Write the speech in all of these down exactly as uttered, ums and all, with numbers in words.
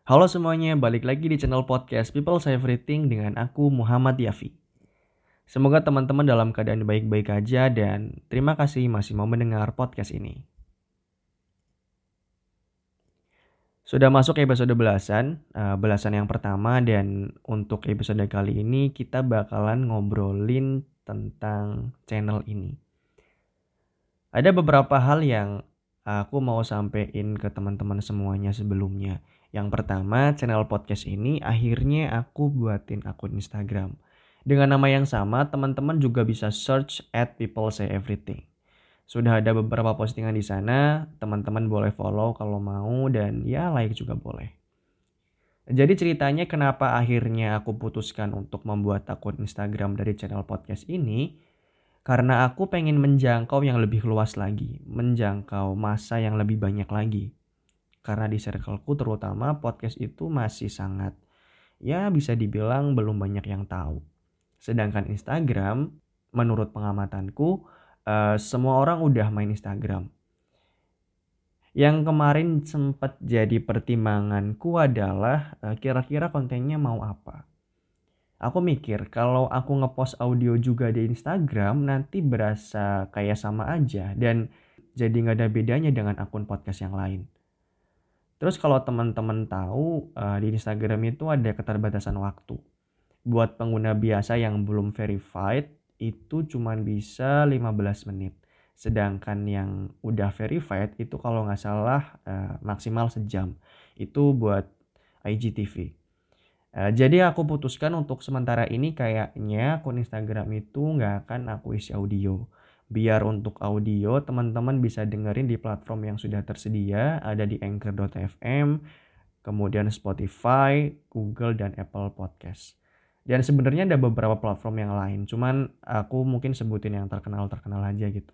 Halo semuanya, balik lagi di channel podcast People Say Everything dengan aku Muhammad Yafi. Semoga teman-teman dalam keadaan baik-baik aja dan terima kasih masih mau mendengar podcast ini. Sudah masuk episode belasan, uh, belasan yang pertama, dan untuk episode kali ini kita bakalan ngobrolin tentang channel ini. Ada beberapa hal yang aku mau sampein ke teman-teman semuanya sebelumnya. Yang pertama, channel podcast ini akhirnya aku buatin akun Instagram. Dengan nama yang sama, teman-teman juga bisa search at people say everything. Sudah ada beberapa postingan di sana, teman-teman boleh follow kalau mau dan ya like juga boleh. Jadi ceritanya kenapa akhirnya aku putuskan untuk membuat akun Instagram dari channel podcast ini, karena aku pengen menjangkau yang lebih luas lagi, menjangkau masa yang lebih banyak lagi. Karena di circleku terutama podcast itu masih sangat, ya bisa dibilang belum banyak yang tahu. Sedangkan Instagram, menurut pengamatanku, uh, semua orang udah main Instagram. Yang kemarin sempat jadi pertimbanganku adalah uh, kira-kira kontennya mau apa. Aku mikir kalau aku ngepost audio juga di Instagram nanti berasa kayak sama aja dan jadi gak ada bedanya dengan akun podcast yang lain. Terus kalau teman-teman tahu uh, di Instagram itu ada keterbatasan waktu. Buat pengguna biasa yang belum verified itu cuma bisa lima belas menit. Sedangkan yang udah verified itu kalau nggak salah uh, maksimal sejam. Itu buat I G T V. Uh, jadi aku putuskan untuk sementara ini kayaknya akun Instagram itu nggak akan aku isi audio. Biar untuk audio teman-teman bisa dengerin di platform yang sudah tersedia, ada di anchor dot f m, kemudian Spotify, Google, dan Apple Podcast. Dan sebenarnya ada beberapa platform yang lain, cuman aku mungkin sebutin yang terkenal-terkenal aja gitu.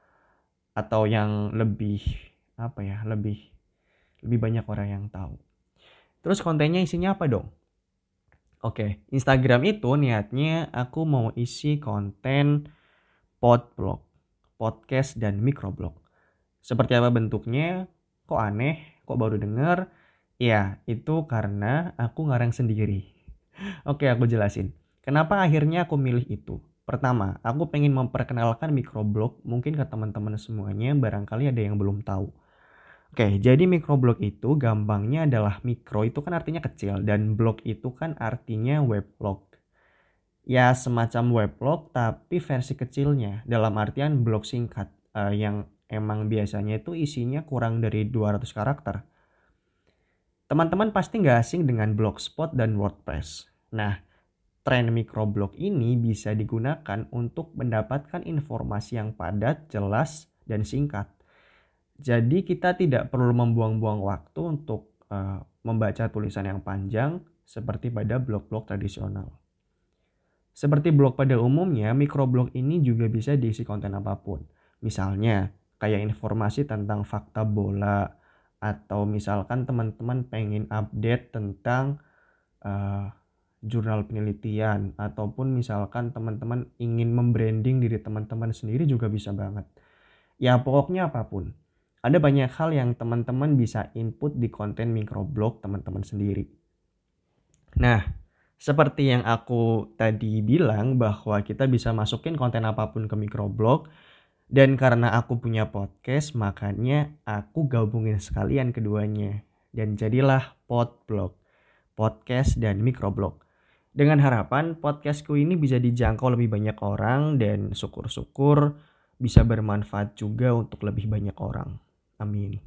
Atau yang lebih apa ya, lebih lebih banyak orang yang tahu. Terus kontennya isinya apa dong? Oke, Instagram itu niatnya aku mau isi konten podblog, podcast, dan microblog. Seperti apa bentuknya? Kok aneh? Kok baru denger? Ya, itu karena aku ngarang sendiri. Oke, aku jelasin. Kenapa akhirnya aku milih itu? Pertama, aku pengen memperkenalkan microblog mungkin ke teman-teman semuanya, barangkali ada yang belum tahu. Oke, jadi microblog itu gampangnya adalah mikro itu kan artinya kecil dan blog itu kan artinya weblog. Ya semacam weblog tapi versi kecilnya, dalam artian blog singkat uh, yang emang biasanya itu isinya kurang dari dua ratus karakter. Teman-teman pasti nggak asing dengan Blogspot dan WordPress. Nah, tren microblog ini bisa digunakan untuk mendapatkan informasi yang padat, jelas, dan singkat. Jadi kita tidak perlu membuang-buang waktu untuk uh, membaca tulisan yang panjang seperti pada blog-blog tradisional. Seperti blog pada umumnya, microblog ini juga bisa diisi konten apapun. Misalnya, kayak informasi tentang fakta bola, atau misalkan teman-teman pengen update tentang uh, jurnal penelitian, ataupun misalkan teman-teman ingin membranding diri teman-teman sendiri juga bisa banget. Ya pokoknya apapun. Ada banyak hal yang teman-teman bisa input di konten microblog teman-teman sendiri. Nah, seperti yang aku tadi bilang bahwa kita bisa masukin konten apapun ke microblog, dan karena aku punya podcast makanya aku gabungin sekalian keduanya dan jadilah podblog, podcast dan microblog. Dengan harapan podcastku ini bisa dijangkau lebih banyak orang dan syukur-syukur bisa bermanfaat juga untuk lebih banyak orang. Amin.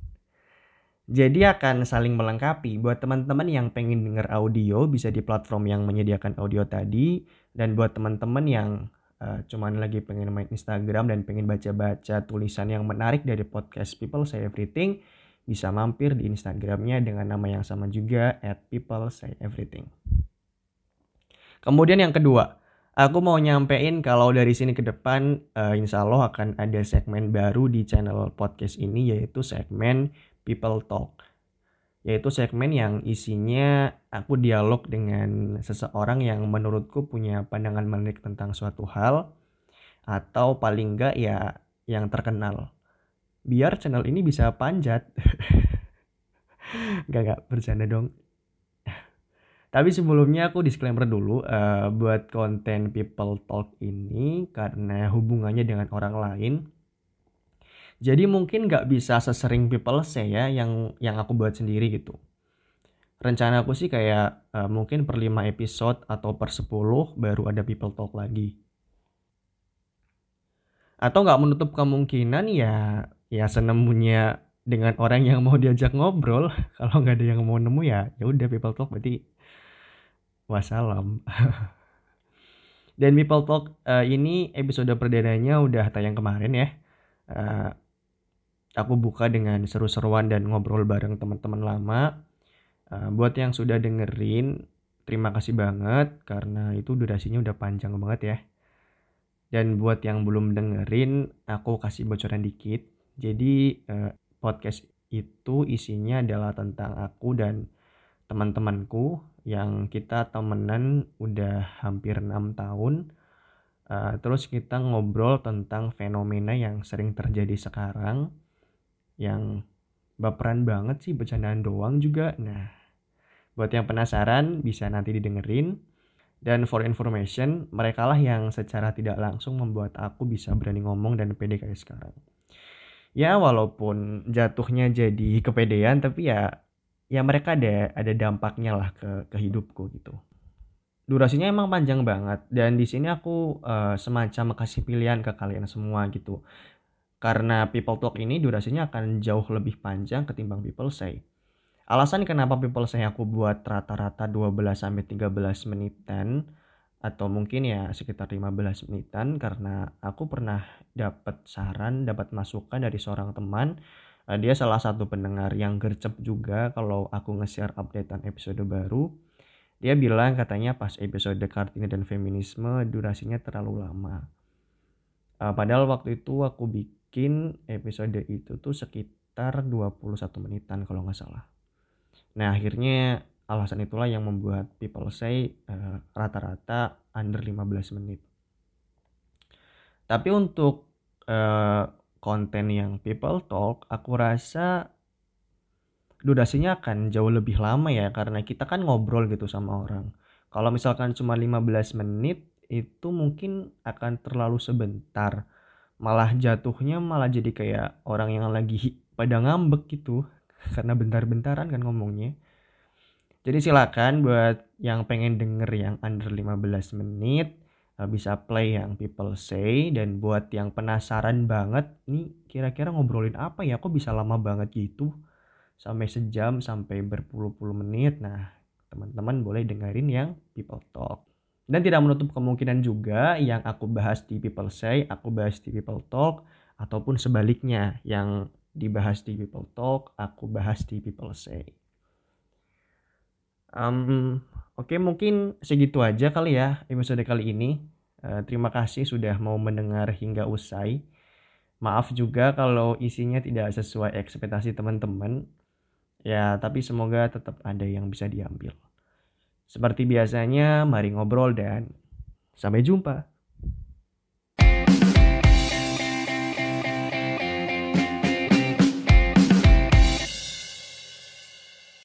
Jadi akan saling melengkapi. Buat teman-teman yang pengen denger audio bisa di platform yang menyediakan audio tadi. Dan buat teman-teman yang uh, cuman lagi pengen main Instagram dan pengen baca-baca tulisan yang menarik dari podcast People Say Everything, bisa mampir di Instagramnya dengan nama yang sama juga at people say everything. Kemudian yang kedua, aku mau nyampein kalau dari sini ke depan uh, insya Allah akan ada segmen baru di channel podcast ini, yaitu segmen People Talk, yaitu segmen yang isinya aku dialog dengan seseorang yang menurutku punya pandangan menarik tentang suatu hal, atau paling enggak ya yang terkenal, biar channel ini bisa panjat. Gak gak bercanda dong. Tapi sebelumnya aku disclaimer dulu, uh, buat konten People Talk ini karena hubungannya dengan orang lain. Jadi mungkin nggak bisa sesering People Say ya yang yang aku buat sendiri gitu. Rencana aku sih kayak uh, mungkin per lima episode atau per sepuluh baru ada People Talk lagi. Atau nggak menutup kemungkinan ya ya senemunya dengan orang yang mau diajak ngobrol. Kalau nggak ada yang mau nemu ya ya udah People Talk berarti wassalam. Dan People Talk uh, ini episode perdananya udah tayang kemarin ya. Uh, aku buka dengan seru-seruan dan ngobrol bareng teman-teman lama. Uh, buat yang sudah dengerin, terima kasih banget karena itu durasinya udah panjang banget ya. Dan buat yang belum dengerin, aku kasih bocoran dikit. Jadi uh, podcast itu isinya adalah tentang aku dan teman-temanku yang kita temenan udah hampir enam tahun. Uh, terus kita ngobrol tentang fenomena yang sering terjadi sekarang, yang baperan banget sih, bercandaan doang juga. Nah, buat yang penasaran bisa nanti didengerin. Dan for information, mereka lah yang secara tidak langsung membuat aku bisa berani ngomong dan pede kayak sekarang. Ya walaupun jatuhnya jadi kepedean, tapi ya ya mereka ada ada dampaknya lah ke ke hidupku gitu. Durasinya emang panjang banget dan di sini aku uh, semacam kasih pilihan ke kalian semua gitu. Karena People Talk ini durasinya akan jauh lebih panjang ketimbang People Say. Alasan kenapa People Say aku buat rata-rata dua belas sampai tiga belas menitan atau mungkin ya sekitar lima belas menitan karena aku pernah dapat saran, dapat masukan dari seorang teman. Uh, dia salah satu pendengar yang gercep juga kalau aku nge-share updatean episode baru. Dia bilang katanya pas episode Kartini dan feminisme durasinya terlalu lama. Uh, padahal waktu itu aku bikin episode itu tuh sekitar dua puluh satu menitan kalau nggak salah. Nah akhirnya alasan itulah yang membuat People Say uh, rata-rata under lima belas menit. Tapi untuk uh, konten yang People Talk aku rasa durasinya akan jauh lebih lama ya karena kita kan ngobrol gitu sama orang. Kalau misalkan cuma lima belas menit itu mungkin akan terlalu sebentar. Malah jatuhnya malah jadi kayak orang yang lagi pada ngambek gitu karena bentar-bentaran kan ngomongnya. Jadi silakan buat yang pengen denger yang under lima belas menit bisa play yang People Say. Dan buat yang penasaran banget nih kira-kira ngobrolin apa ya, kok bisa lama banget gitu sampai sejam sampai berpuluh-puluh menit. Nah teman-teman boleh dengerin yang People Talk. Dan tidak menutup kemungkinan juga yang aku bahas di People Say aku bahas di People Talk, ataupun sebaliknya yang dibahas di People Talk aku bahas di People Say. Um, Oke okay, mungkin segitu aja kali ya episode kali ini. Uh, terima kasih sudah mau mendengar hingga usai. Maaf juga kalau isinya tidak sesuai ekspektasi teman-teman. Ya tapi semoga tetap ada yang bisa diambil. Seperti biasanya mari ngobrol dan sampai jumpa.